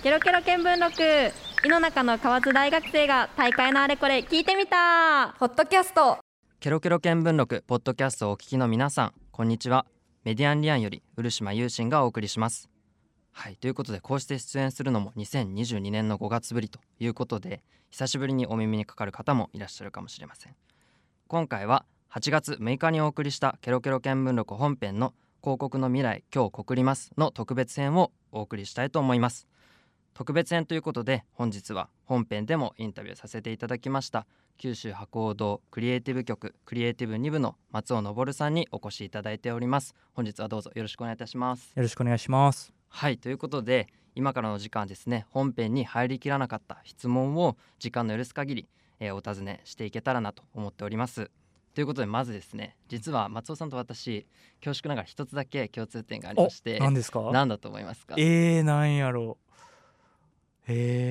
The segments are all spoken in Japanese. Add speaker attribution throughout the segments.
Speaker 1: ケロケロ見聞録、井の中の河津大学生が大会のあれこれ聞いてみた
Speaker 2: ポッドキャスト。
Speaker 3: ケロケロ見聞録ポッドキャストをお聞きの皆さん、こんにちは。メディアンリアンより漆島優心がお送りします。はい、ということでこうして出演するのも2022年の5月ぶりということで、久しぶりにお耳にかかる方もいらっしゃるかもしれません。今回は8月6日にお送りしたケロケロ見聞録本編の広告の未来今日告りますの特別編をお送りしたいと思います。特別編ということで、本日は本編でもインタビューさせていただきました九州博報堂クリエイティブ局クリエイティブ2部の松尾昇さんにお越しいただいております。本日はどうぞよろしくお願いいたします。
Speaker 4: よろしくお願いします。
Speaker 3: はい、ということで今からの時間ですね、本編に入りきらなかった質問を時間の許す限り、お尋ねしていけたらなと思っております。ということでまずですね、実は松尾さんと私恐縮ながら一つだけ共通点がありまして、
Speaker 4: 何ですか？
Speaker 3: 何だと思いますか？
Speaker 4: なんやろう。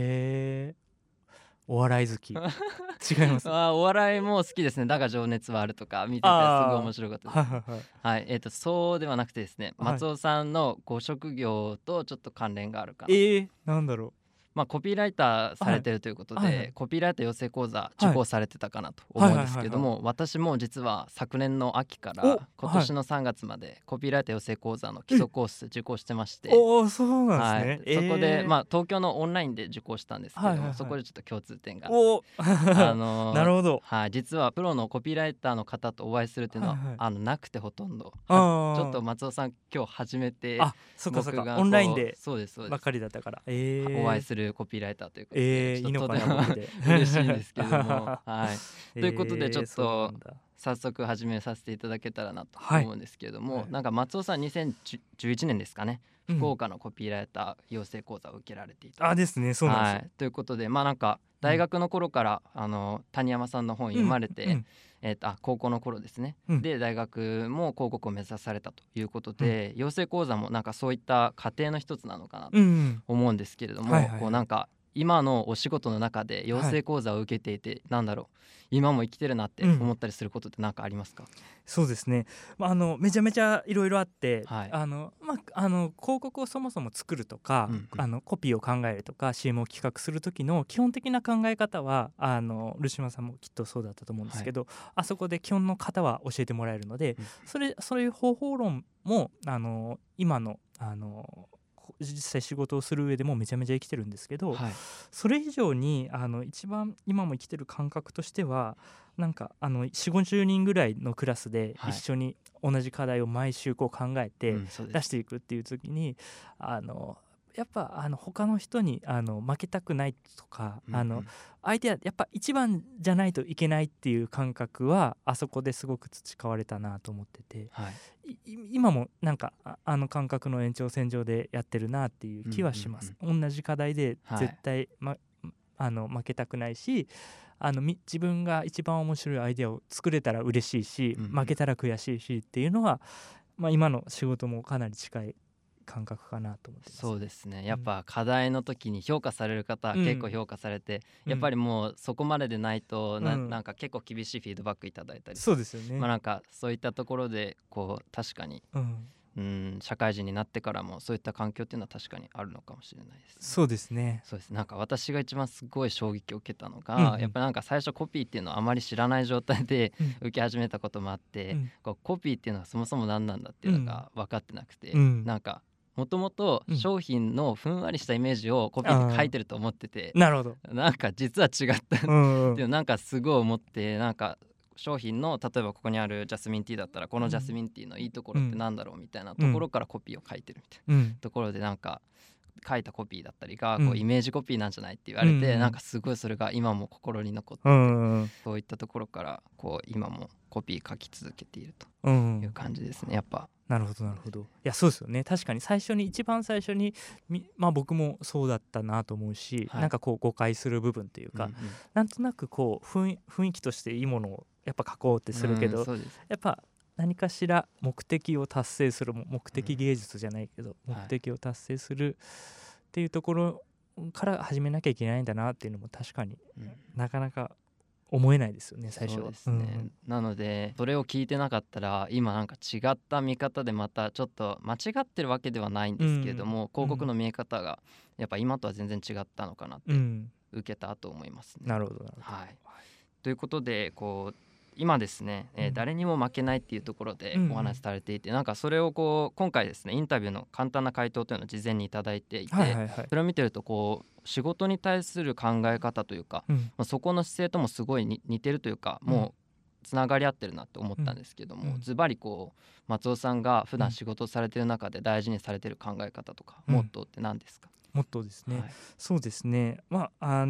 Speaker 4: お笑い好き。違います。
Speaker 3: お笑いも好きですね。だが情熱はあるとか見ててすごい面白かったです。はい、そうではなくてですね、松尾さんのご職業とちょっと関連があるかな。
Speaker 4: なんだろう。
Speaker 3: コピーライターされてるということで、コピーライター養成講座受講されてたかなと思うんですけども、私も実は昨年の秋から今年の3月までコピーライター養成講座の基礎コース受講してまして、
Speaker 4: そうなんですね。
Speaker 3: そこで、東京のオンラインで受講したんですけども、そこでちょっと共通点が
Speaker 4: なるほど。
Speaker 3: 実はプロのコピーライターの方とお会いするっていうのは、なくてほとんどちょっと松尾さん今日初めて僕が
Speaker 4: オンラインで
Speaker 3: そうです
Speaker 4: ばかりだったから、
Speaker 3: お会いするコピーライターということで、
Speaker 4: いいのかな僕で
Speaker 3: 嬉しいんですけども、ということでちょっと早速始めさせていただけたらなと思うんですけれども、なんか松尾さん2011年ですかね、福岡のコピーライター養成講座を受けられていた
Speaker 4: ですね。そうなんですよ。
Speaker 3: ということでなんか大学の頃から谷山さんの本読まれて、高校の頃ですね、で大学も広告を目指されたということで、養成講座もなんかそういった過程の一つなのかなと思うんですけれども、こうなんか今のお仕事の中で養成講座を受けていて、なんだろう、今も生きてるなって思ったりすることって何かありますか？
Speaker 4: そうですね、めちゃめちゃいろいろあって、広告をそもそも作るとか、コピーを考えるとか CM を企画する時の基本的な考え方は漆島さんもきっとそうだったと思うんですけど、あそこで基本の方は教えてもらえるので、そういう方法論も今の実際仕事をする上でもめちゃめちゃ生きてるんですけど、それ以上に一番今も生きてる感覚としては、なんか40-50人ぐらいのクラスで一緒に同じ課題を毎週こう考えて出していくっていう時に、やっぱ他の人に負けたくないとか、相手はやっぱ一番じゃないといけないっていう感覚はあそこですごく培われたなと思ってて、今もなんか感覚の延長線上でやってるなっていう気はします。同じ課題で絶対、負けたくないし、自分が一番面白いアイデアを作れたら嬉しいし、負けたら悔しいしっていうのは、今の仕事もかなり近い感覚かなと思ってます。
Speaker 3: そうですね、やっぱ課題の時に評価される方は結構評価されて、やっぱりもうそこまででないとなんか結構厳しいフィードバックいただいたり、
Speaker 4: そうですよね。
Speaker 3: なんかそういったところでこう確かに、社会人になってからもそういった環境っていうのは確かにあるのかもしれないですね。
Speaker 4: そうですね。
Speaker 3: なんか私が一番すごい衝撃を受けたのが、やっぱなんか最初コピーっていうのはあまり知らない状態で受け始めたこともあって、コピーっていうのはそもそも何なんだっていうのが分かってなくて、なんかもともと商品のふんわりしたイメージをコピーで書いてると思ってて、
Speaker 4: なるほど。
Speaker 3: なんか実は違ったっていうなんかすごい思って、なんか商品の例えばここにあるジャスミンティーだったらこのジャスミンティーのいいところってなんだろうみたいなところからコピーを書いてるみたいなところで、なんか書いたコピーだったりがこうイメージコピーなんじゃないって言われて、なんかすごいそれが今も心に残ってて、そういったところからこう今もコピー書き続けているという感じですね。やっぱ
Speaker 4: なるほどなるほど。いやそうですよね。確かに一番最初に僕もそうだったなと思うし、なんかこう誤解する部分というか、なんとなくこう雰囲気としていいものをやっぱ書こうってするけど、やっぱ何かしら目的を達成する、目的芸術じゃないけど、目的を達成するっていうところから始めなきゃいけないんだなっていうのも確かになかなか思えないですよね最初は。
Speaker 3: そうですね、なのでそれを聞いてなかったら今なんか違った見方でまたちょっと間違ってるわけではないんですけれども、広告の見え方がやっぱ今とは全然違ったのかなって受けたと思いますね。
Speaker 4: なるほど、
Speaker 3: はい、ということでこう今ですね、誰にも負けないっていうところでお話しされていて、なんかそれをこう今回ですねインタビューの簡単な回答というのを事前にいただいていて、それを見てるとこう仕事に対する考え方というか、そこの姿勢ともすごい似てるというか、もうつながり合ってるなって思ったんですけども、ズバリこう松尾さんが普段仕事をされてる中で大事にされてる考え方とか、モットーって何ですか？
Speaker 4: モットーですね、そうですね、広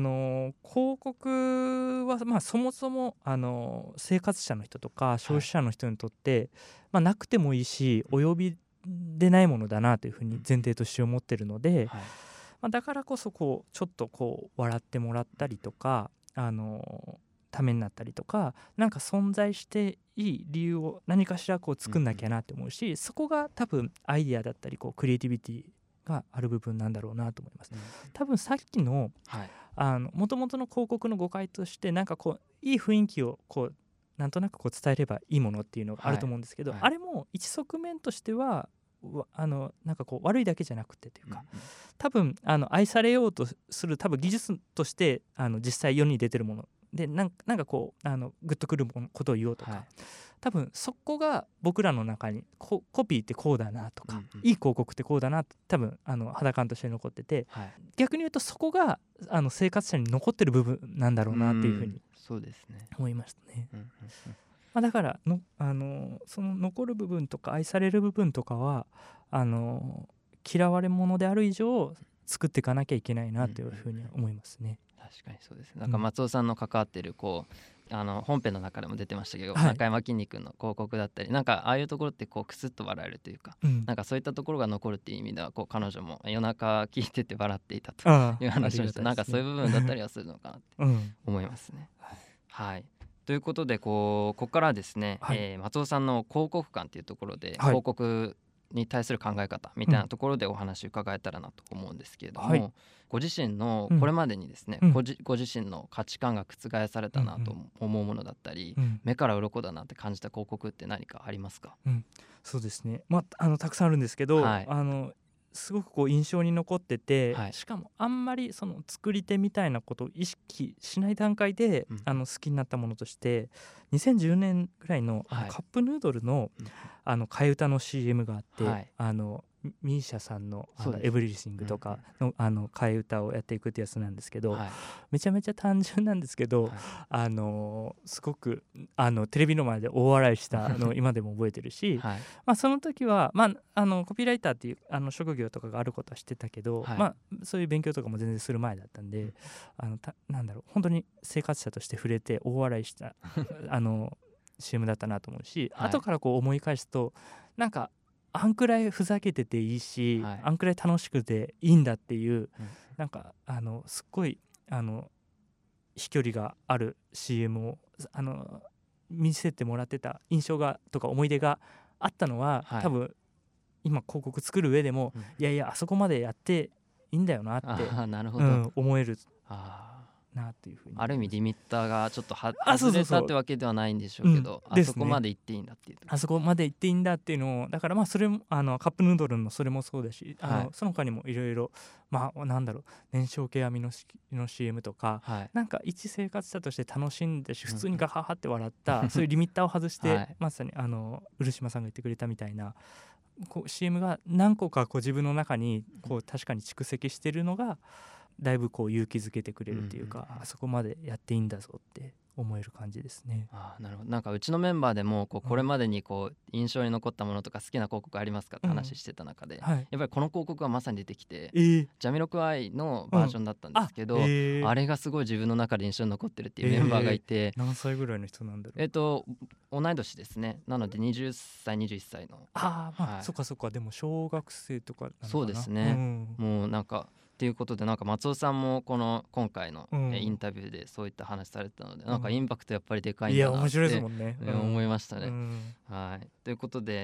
Speaker 4: 告は、そもそも生活者の人とか消費者の人にとって、なくてもいいしお呼びでないものだなというふうに前提として思ってるので、だからこそこうちょっとこう笑ってもらったりとかためになったりとか、なんか存在していい理由を何かしらこう作んなきゃなって思うし、そこが多分アイディアだったりこうクリエイティビティがある部分なんだろうなと思います。多分さっきの元々の広告の誤解として、なんかこういい雰囲気をこうなんとなくこう伝えればいいものっていうのがあると思うんですけど、あれも一側面としてはなんかこう悪いだけじゃなくてというか、多分愛されようとする多分技術として実際世に出てるもので、なんかこうグッとくることを言おうとか、多分そこが僕らの中にコピーってこうだなとか、いい広告ってこうだなって多分肌感として残ってて、逆に言うとそこが生活者に残ってる部分なんだろうなっていうふうに思いましたね。だからその残る部分とか愛される部分とかは嫌われ者である以上作っていかなきゃいけないなというふうに思いますね。
Speaker 3: 確かにそうですね。なんか松尾さんの関わってるこう本編の中でも出てましたけど、中山きんに君の広告だったり、なんかああいうところってこうクスッと笑えるというか、なんかそういったところが残るっていう意味ではこう彼女も夜中聞いてて笑っていたという話をして、なんかそういう部分だったりはするのかなって思いますね。はい、ということでここからですね、松尾さんの広告観というところで、広告に対する考え方みたいなところでお話伺えたらなと思うんですけれども、ご自身のこれまでにですね、ご自身の価値観が覆されたなと思うものだったり、目から鱗だなって感じた広告って何かありますか？
Speaker 4: そうですね、たくさんあるんですけど、すごくこう印象に残ってて、しかもあんまりその作り手みたいなことを意識しない段階で、好きになったものとして2010年ぐらいのカップヌードルの替え歌の CM があって、ミーシャさんのエブリシングとかの替え歌をやっていくってやつなんですけど、めちゃめちゃ単純なんですけど、すごくテレビの前で大笑いしたのを今でも覚えてるし、その時はコピーライターっていう職業とかがあることは知ってたけど、そういう勉強とかも全然する前だったんで、なんだろう、本当に生活者として触れて大笑いしたCM だったなと思うし、後からこう思い返すと、なんかあんくらいふざけてていいし、あんくらい楽しくていいんだっていう、なんかすっごい飛距離がある CM を見せてもらってた印象がとか思い出があったのは、多分今広告作る上でも、いやいやあそこまでやっていいんだよなって思えるなっていうふうに、
Speaker 3: ある意味リミッターがちょっと外れたってわけではないんでしょうけど、あそこまで行っていいんだっていう、
Speaker 4: あそこまで行っていいんだっていうのを、だからそれもカップヌードルのそれもそうだし、その他にもいろいろなんだろう、燃焼系網の CM とか、なんか一生活者として楽しんでし、普通にガハハって笑ったそういうリミッターを外して、まさに漆島さんが言ってくれたみたいなこう CM が何個かこう自分の中にこう確かに蓄積してるのが、だいぶこう勇気づけてくれるっていうか、あそこまでやっていいんだぞって思える感じですね。
Speaker 3: なるほど。なんかうちのメンバーでもこれまでに印象に残ったものとか好きな広告ありますかって話してた中で、やっぱりこの広告がまさに出てきて、ジャミロクワイのバージョンだったんですけど、あれがすごい自分の中で印象に残ってるっていうメンバーがいて、
Speaker 4: 何歳ぐらいの人なんだろう。
Speaker 3: 同い年ですね。なので20歳21歳の。
Speaker 4: そっかそっか。でも小学生とかなのかな。
Speaker 3: そうですね、もうなんかっていうことで、なんか松尾さんも今回のインタビューでそういった話されてたので、なんかインパクトやっぱりでかいんだなって
Speaker 4: 面白いですもんね、
Speaker 3: 思いましたね。ということで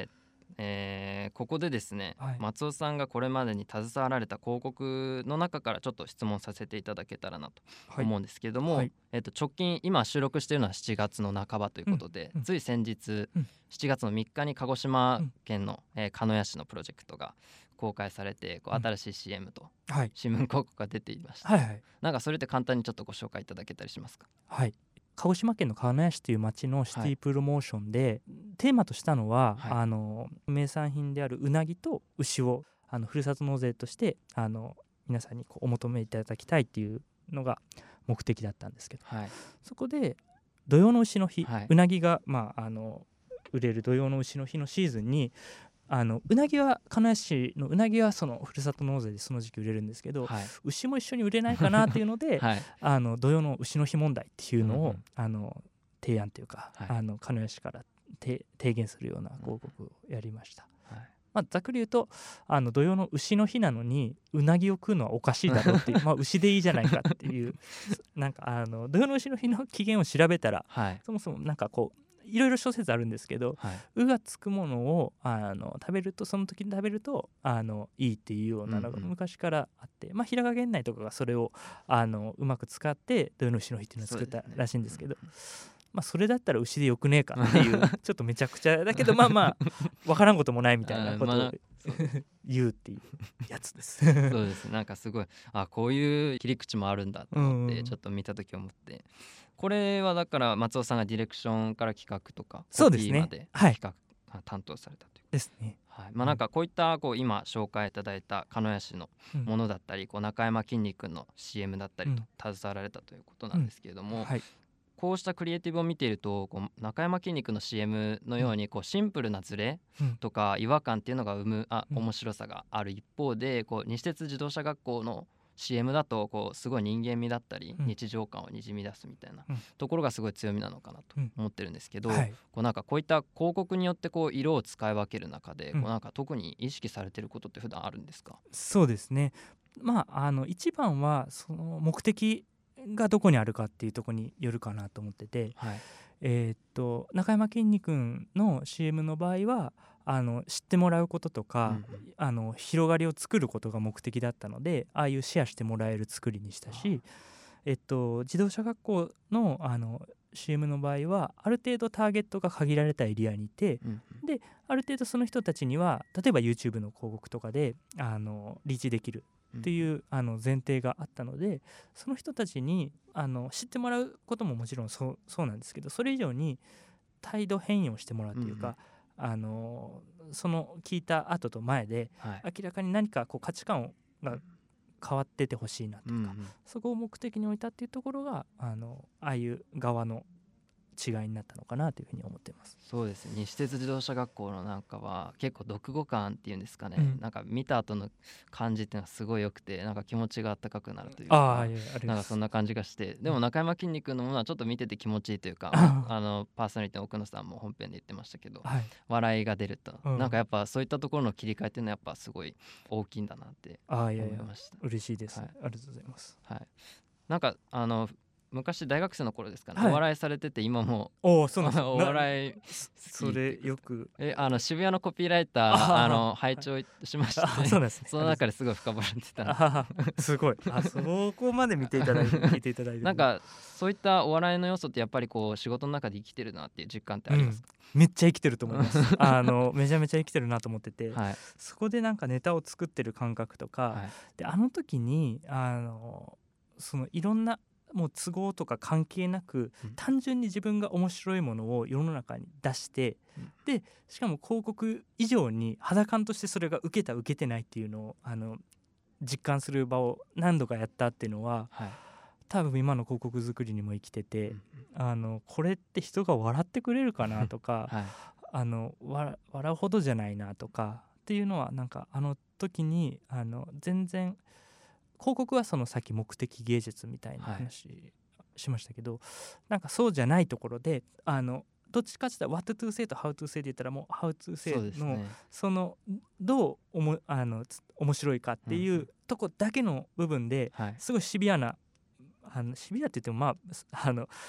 Speaker 3: ここでですね、
Speaker 4: はい、
Speaker 3: 松尾さんがこれまでに携わられた広告の中からちょっと質問させていただけたらなと思うんですけれども、
Speaker 4: はい、
Speaker 3: 直近今収録しているのは7月の半ばということで、つい先日、7月の3日に鹿児島県の、鹿屋市のプロジェクトが公開されて、こう新しい CM と新聞広告が出ていました、なんかそれって簡単にちょっとご紹介いただけたりしますか？
Speaker 4: はい、鹿児島県の鹿屋市という町のシティプロモーションで、テーマとしたのは、名産品であるうなぎと牛をふるさと納税として皆さんにこうお求めいただきたいっていうのが目的だったんですけど、そこで土用の牛の日、うなぎが、売れる土用の牛の日のシーズンにうなぎは鹿屋市のうなぎはそのふるさと納税でその時期売れるんですけど、牛も一緒に売れないかなっていうので、土用の牛の日問題っていうのを、提案というか、鹿屋市から提言するような広告をやりました。ざっくり言うと土用の牛の日なのにうなぎを食うのはおかしいだろうっていう牛でいいじゃないかっていうなんか土用の牛の日の起源を調べたら、そもそもなんかこういろいろ諸説あるんですけど、うがつくものを食べるとその時に食べるといいっていうようなのが昔からあって、平賀源内とかがそれをうまく使って土用の牛の日っていうのを作ったらしいんですけど、それだったら牛でよくねえかっていうちょっとめちゃくちゃだけど分からんこともないみたいなことを言うっていうやつです
Speaker 3: そうです、なんかすごいこういう切り口もあるんだと思ってちょっと見た時思って、これはだから松尾さんがディレクションから企画とかコピーまで企画担当されたという
Speaker 4: ですね。
Speaker 3: なんかこういった今紹介いただいた鹿屋市のものだったり、中山きんに君の CM だったりと携わられたということなんですけれども、こうしたクリエイティブを見ていると中山きんに君の CM のようにシンプルなズレとか違和感っていうのが生む面白さがある一方で、西鉄自動車学校の CM だとすごい人間味だったり日常感をにじみ出すみたいなところがすごい強みなのかなと思ってるんですけど、なんかこういった広告によって色を使い分ける中でなんか特に意識されてることって普段あるんですか？
Speaker 4: そうですね、一番はその目的がどこにあるかっていうところによるかなと思ってて、中山きんに君の CM の場合は知ってもらうこととか、広がりを作ることが目的だったのでああいうシェアしてもらえる作りにしたし、自動車学校のCM の場合はある程度ターゲットが限られたエリアにいて、である程度その人たちには例えば YouTube の広告とかでリーチできるっていう前提があったので、その人たちに知ってもらうことももちろんそうなんですけど、それ以上に態度変容してもらうというか、その聞いた後と前で明らかに何か価値観が変わっててほしいなとか、そこを目的に置いたっていうところがああいう側の違いになったのかなというふうに思っています。
Speaker 3: そうですね、西鉄自動車学校のなんかは結構読後感っていうんですかね、なんか見た後の感じっていうのはすごい良くて、なんか気持ちが温かくなるというか、なんかそんな感じがして、でも中山きんに君のものはちょっと見てて気持ちいいというか、パーソナリティの奥野さんも本編で言ってましたけど、笑いが出ると、なんかやっぱそういったところの切り替えっていうのはやっぱすごい大きいんだなって思いました。
Speaker 4: 嬉しいです、ありがとうございます。
Speaker 3: なんか昔大学生の頃ですかね、お笑いされてて今も
Speaker 4: そうなんです
Speaker 3: お笑い
Speaker 4: それよく
Speaker 3: 渋谷のコピーライター拝聴しましたね。
Speaker 4: そうなんですね。
Speaker 3: その中ですごい深掘られてた
Speaker 4: すごいそこまで見ていただいて聞いていただいて
Speaker 3: なんかそういったお笑いの要素ってやっぱり仕事の中で生きてるなっていう実感ってありますか？
Speaker 4: めっちゃ生きてると思いますめちゃめちゃ生きてるなと思ってて、そこでなんかネタを作ってる感覚とか、で時にそのいろんなもう都合とか関係なく、単純に自分が面白いものを世の中に出して、でしかも広告以上に肌感としてそれが受けた受けてないっていうのを実感する場を何度かやったっていうのは、多分今の広告作りにも生きてて、これって人が笑ってくれるかなとか、笑うほどじゃないなとかっていうのはなんか時に全然広告はそのさっき目的芸術みたいな話しましたけど、なんかそうじゃないところでどっちかって言ったら What to say と How to say で言ったらもう How to say のそのどう面白いかっていうとこだけの部分ですごいシビアなシビアって言っても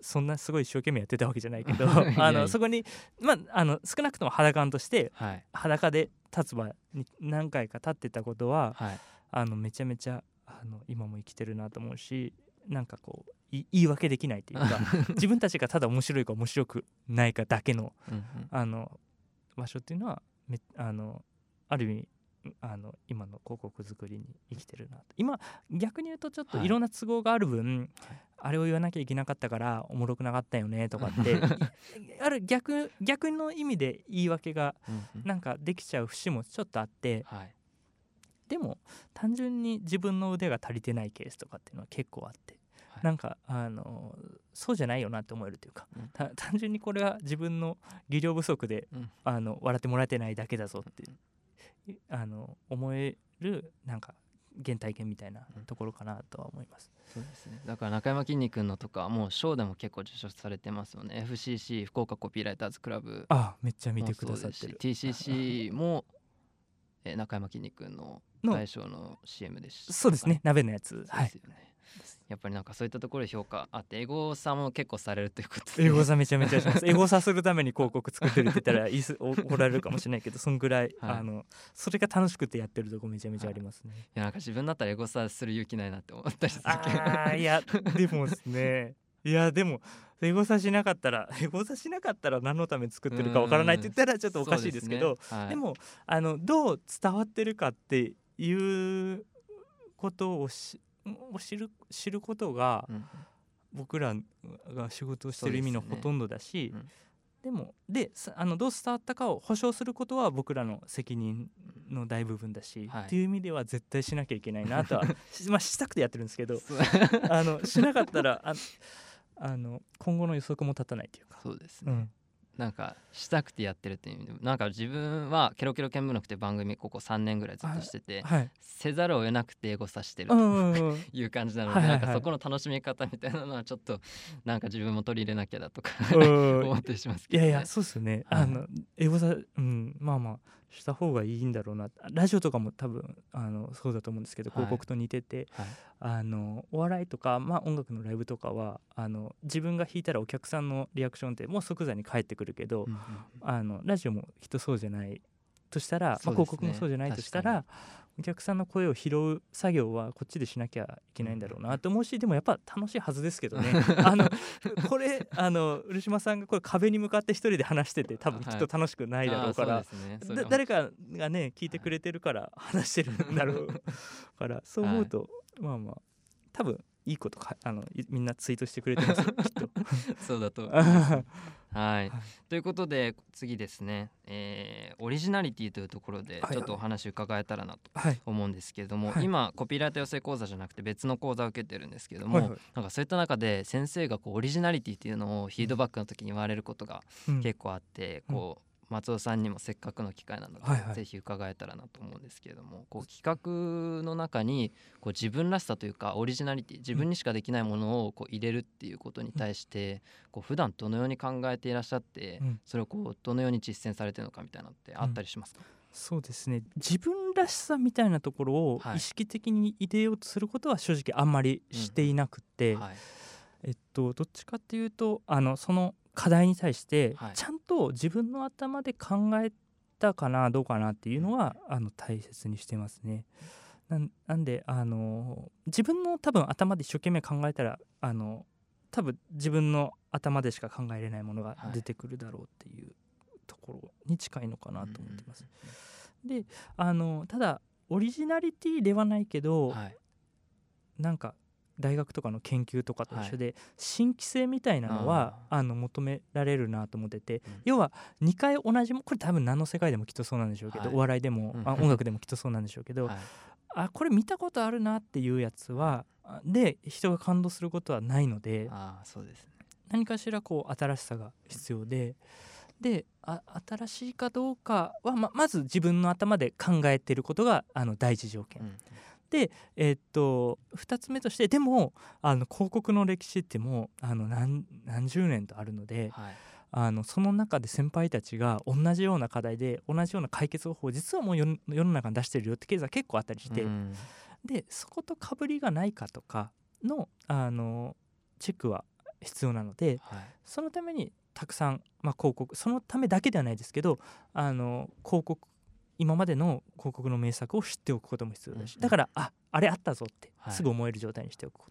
Speaker 4: そんなすごい一生懸命やってたわけじゃないけど
Speaker 3: いやいや
Speaker 4: そこに、少なくとも肌感として
Speaker 3: はい、
Speaker 4: 裸で立つ場に何回か立ってたことは、
Speaker 3: はい、
Speaker 4: めちゃめちゃ今も生きてるなと思うし、なんかこう言い訳できないというか自分たちがただ面白いか面白くないかだけの
Speaker 3: うんうん、
Speaker 4: 場所っていうのはある意味今の広告作りに生きてるなと。今逆に言うとちょっといろんな都合がある分、あれを言わなきゃいけなかったからおもろくなかったよねとかってある逆の意味で言い訳が
Speaker 3: うんうん、
Speaker 4: なんかできちゃう節もちょっとあって、
Speaker 3: はい、
Speaker 4: でも単純に自分の腕が足りてないケースとかっていうのは結構あって、
Speaker 3: はい、
Speaker 4: なんかそうじゃないよなって思えるというか、単純にこれは自分の技量不足で、
Speaker 3: うん、
Speaker 4: 笑ってもらえてないだけだぞって思えるなんか原体験みたいなところかなとは思います。
Speaker 3: そうですね。だから中山きんに君のとかもう賞でも結構受賞されてますよね。 FCC 福岡コピーライターズクラブ
Speaker 4: めっちゃ見てくださってる。
Speaker 3: TCC も中山きんに君の大賞の CM でした。
Speaker 4: そうですね、鍋のやつ。
Speaker 3: そうですよね、やっぱりなんかそういったところで評価あって、エゴサも結構されるということで、
Speaker 4: エゴサめちゃめちゃします。エゴサするために広告作ってるって言ったら怒られるかもしれないけど、そんぐらい、
Speaker 3: はい、
Speaker 4: それが楽しくてやってるとこめちゃめちゃありますね。
Speaker 3: いやなんか自分だったらエゴサする勇気ないなって思ったりするけど
Speaker 4: いやでもですねでもエゴサしなかったら何のために作ってるかわからないって言ったらちょっとおかしいですけど、でもどう伝わってるかっていうことを知ることが、僕らが仕事をしてる意味のほとんどだし、でもどう伝わったかを保証することは僕らの責任の大部分だし、っていう意味では絶対しなきゃいけないなとはしたくてやってるんですけどしなかったら今後の予測も立たないというか。
Speaker 3: そうですね、なんかしたくてやってるっていう意味でも、なんか自分はケロケロ見聞録って番組ここ3年ぐらいずっとしてて、せざるを得なくてエゴサしてるという感じなので、なんかそこの楽しみ方みたいなのはちょっとなんか自分も取り入れなきゃだとか思ったりしますけどね。
Speaker 4: いやそうですよね、エゴサ、まあした方がいいんだろうな。ラジオとかも多分そうだと思うんですけど、広告と似てて、お笑いとか、音楽のライブとかは自分が弾いたらお客さんのリアクションってもう即座に返ってくるけど、ラジオもきっとそうじゃないとしたら、広告もそうじゃないとしたら、お客さんの声を拾う作業はこっちでしなきゃいけないんだろうなと思うし、でもやっぱ楽しいはずですけどねこれ漆島さんがこれ壁に向かって一人で話してて多分きっと楽しくないだろうから、誰かがね聞いてくれてるから話してるんだろうからそう思うと、多分いいことみんなツイートしてくれてますよきっと
Speaker 3: そうだと思いますはい、ということで次ですね、オリジナリティというところでちょっとお話伺えたらなと思うんですけれども、今コピーライター養成講座じゃなくて別の講座を受けてるんですけれども、なんかそういった中で先生がオリジナリティっていうのをフィードバックの時に言われることが結構あって、松尾さんにもせっかくの機会なので、ぜひ伺えたらなと思うんですけれども、企画の中に自分らしさというかオリジナリティ、自分にしかできないものを入れるっていうことに対して、普段どのように考えていらっしゃって、それをどのように実践されてるのかみたいなのってあったりしますか？
Speaker 4: そうですね、自分らしさみたいなところを意識的に入れようとすることは正直あんまりしていなくて、どっちかっていうとその課題に対してちゃんと自分の頭で考えたかなどうかなっていうのは大切にしてますね。なんで自分の多分頭で一生懸命考えたら多分自分の頭でしか考えれないものが出てくるだろうっていうところに近いのかなと思ってます。でただオリジナリティではないけど、なんか大学とかの研究とかと一緒で、新規性みたいなのは求められるなと思ってて、要は2回同じこれ多分何の世界でもきっとそうなんでしょうけど、お笑いでも音楽でもきっとそうなんでしょうけど、これ見たことあるなっていうやつはで人が感動することはないので、
Speaker 3: そうですね、
Speaker 4: 何かしら新しさが必要で、新しいかどうかは まず自分の頭で考えていることが第一条件、で、2つ目としてでも広告の歴史ってもう何十年とあるので、その中で先輩たちが同じような課題で同じような解決方法を実はもう世の中に出してるよってケースは結構あったりして、でそこと被りがないかとかのチェックは必要なので、そのためにたくさん、広告、そのためだけではないですけど広告、今までの広告の名作を知っておくことも必要だし、だからあれあったぞってすぐ思える状態にしておくこと、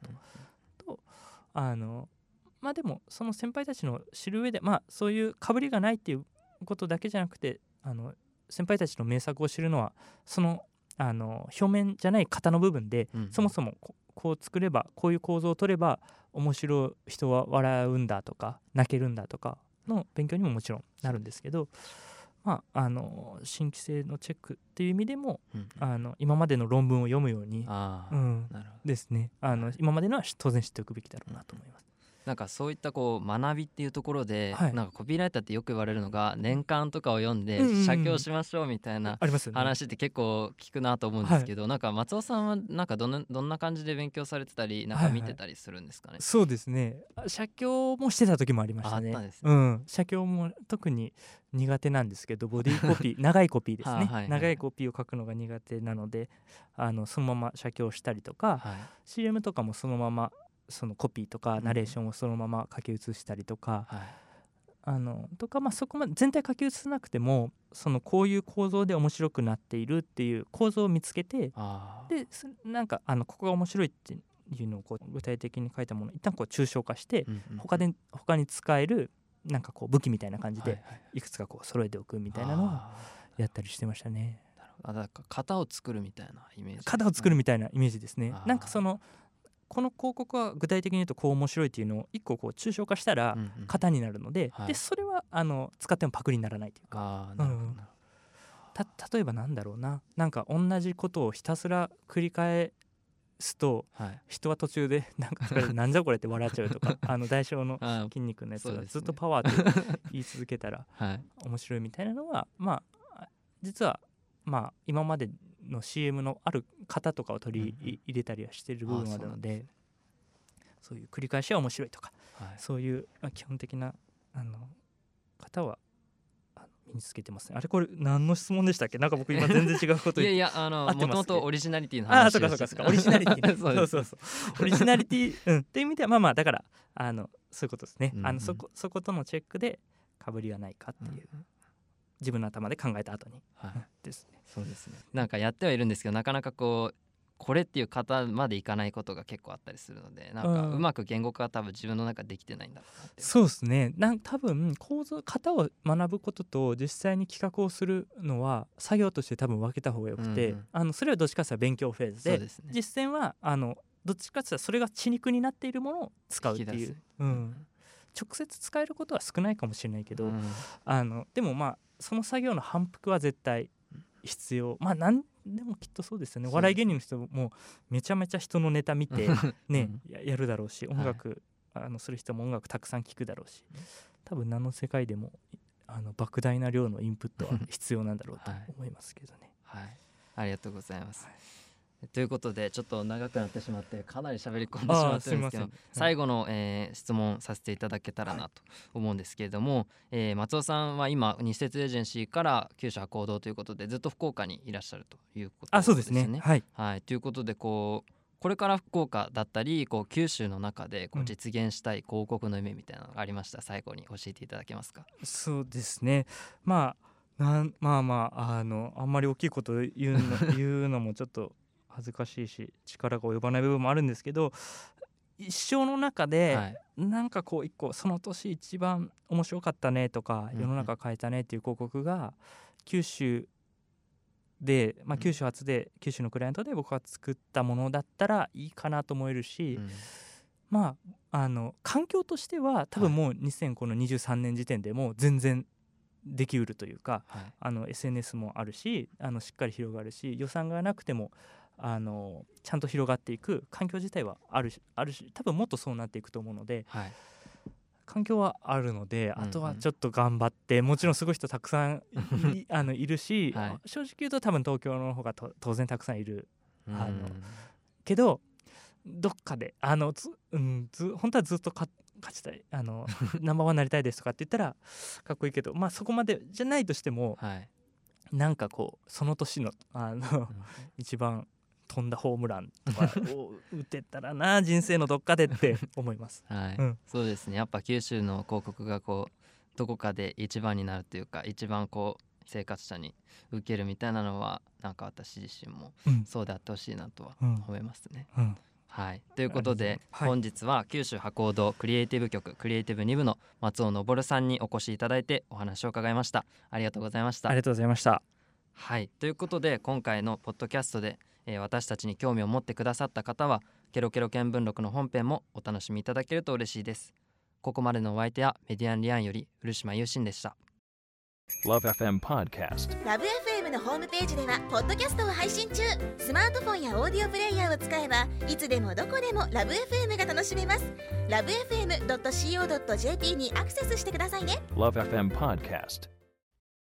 Speaker 4: とでもその先輩たちの知る上でそういう被りがないっていうことだけじゃなくて先輩たちの名作を知るのはその表面じゃない型の部分で、そもそもこう作ればこういう構造を取れば面白い人は笑うんだとか泣けるんだとかの勉強にももちろんなるんですけど、新規性のチェックっていう意味でも、今までの論文を読むようにですね、今までのは当然知っておくべきだろうなと思います。
Speaker 3: なんかそういったこう学びっていうところで、なんかコピーライターってよく言われるのが年間とかを読んで写経しましょうみたいな話って結構聞くなと思うんですけど、なんか松尾さんはなんかどんな感じで勉強されてたりなんか見てたりするんですかね。
Speaker 4: そうですね、写経もしてた時もありましたね。写経も特に苦手なんですけど、ボディーコピー長いコピーですね長いコピーを書くのが苦手なのでそのまま写経したりとか、CM とかもそのままそのコピーとかナレーションをそのまま書き写したりとか、そこまで全体書き写さなくてもこういう構造で面白くなっているっていう構造を見つけて、でなんかここが面白いっていうのを具体的に書いたものを一旦抽象化して、他に使えるなんか武器みたいな感じでいくつか揃えておくみたいなのはやったりしてましたね。
Speaker 3: だから型を作るみたいなイメージ、
Speaker 4: 型を作るみたいなイメージですね。なんかこの広告は具体的に言うとこう面白いっていうのを一個抽象化したら型になるので、それは使ってもパクリにならないというか、例えばなんだろうな、なんか同じことをひたすら繰り返すと、人は途中でなんじゃこれって笑っちゃうとか代償の筋肉のやつがずっとパワーって言い続けたら面白いみたいなのは実は今までの CM のある型とかを取り入れたりはしている部分があるので、そういう繰り返しは面白いとか、そういう基本的な型は身につけてますね。これ何の質問でしたっけ？なんか僕今全然違うこと言って
Speaker 3: もともとオリジナリティの話
Speaker 4: をしてた。オリジナリティそうオリジナリティっていう意味ではだからそういうことですね。そことのチェックで被りはないかっていう、自分の頭で考えた後に、ですね。
Speaker 3: そうですね。なんかやってはいるんですけど、なかなかこれっていう型までいかないことが結構あったりするので、なんかうまく言語化は多分自分の中できてないんだろうなって。
Speaker 4: そうですね。多分型を学ぶことと実際に企画をするのは作業として多分分けた方がよくて、それはどっちかというと勉強フェーズで、実践はどっちかというとそれが血肉になっているものを使うっていう、直接使えることは少ないかもしれないけど、でもその作業の反復は絶対必要。何でもきっとそうですよね。笑い芸人の人もめちゃめちゃ人のネタ見てねやるだろうし、音楽する人も音楽たくさん聴くだろうし、多分何の世界でも莫大な量のインプットは必要なんだろうと思いますけどね。
Speaker 3: ありがとうございます。ということでちょっと長くなってしまってかなり喋り込んでしまってるんですけど、最後の、質問させていただけたらなと思うんですけれども、松尾さんは今日設エージェンシーから九州行動ということでずっと福岡にいらっしゃるということですね。
Speaker 4: そうですね。
Speaker 3: ということでこれから福岡だったり九州の中で実現したい広告の夢みたいなのがありましたら、最後に教えていただけますか？
Speaker 4: そうですね。あんまり大きいことを言うのもちょっと恥ずかしいし力が及ばない部分もあるんですけど、一生の中でなんか一個その年一番面白かったねとか、世の中変えたねっていう広告が九州で、九州初で九州のクライアントで僕が作ったものだったらいいかなと思えるし、環境としては多分もう2023年時点でもう全然できうるというか、SNS もあるししっかり広がるし、予算がなくてもちゃんと広がっていく環境自体はあるし、多分もっとそうなっていくと思うので、環境はあるので、あとはちょっと頑張って、もちろんすごい人たくさんいるし、正直言うと多分東京の方が当然たくさんいるけど、どっかで本当はずっと勝ちたいナンバーワンになりたいですとかって言ったらかっこいいけど、そこまでじゃないとしても、なんかその年の一番飛んだホームランとかを打てたらな人生のどっかでって思います、
Speaker 3: はいそうですね。やっぱ九州の広告がこうどこかで一番になるというか一番こう生活者に受けるみたいなのはなんか私自身もそうであってほしいなとは思いますね、はい、ということで、本日は九州博報堂クリエイティブ局クリエイティブ2部の松尾昇さんにお越しいただいてお話を伺いました。ありがとうございました。
Speaker 4: ありがとうございました。
Speaker 3: はい、ということで今回のポッドキャストで、私たちに興味を持ってくださった方はケロケロ見聞録の本編もお楽しみいただけると嬉しいです。ここまでのお相手はメディアンリアンより漆島優心でした。
Speaker 2: LoveFM Podcast。LoveFM のホームページではポッドキャストを配信中。スマートフォンやオーディオプレイヤーを使えばいつでもどこでも LoveFM が楽しめます。LoveFM.co.jp にアクセスしてくださいね。LoveFM Podcast。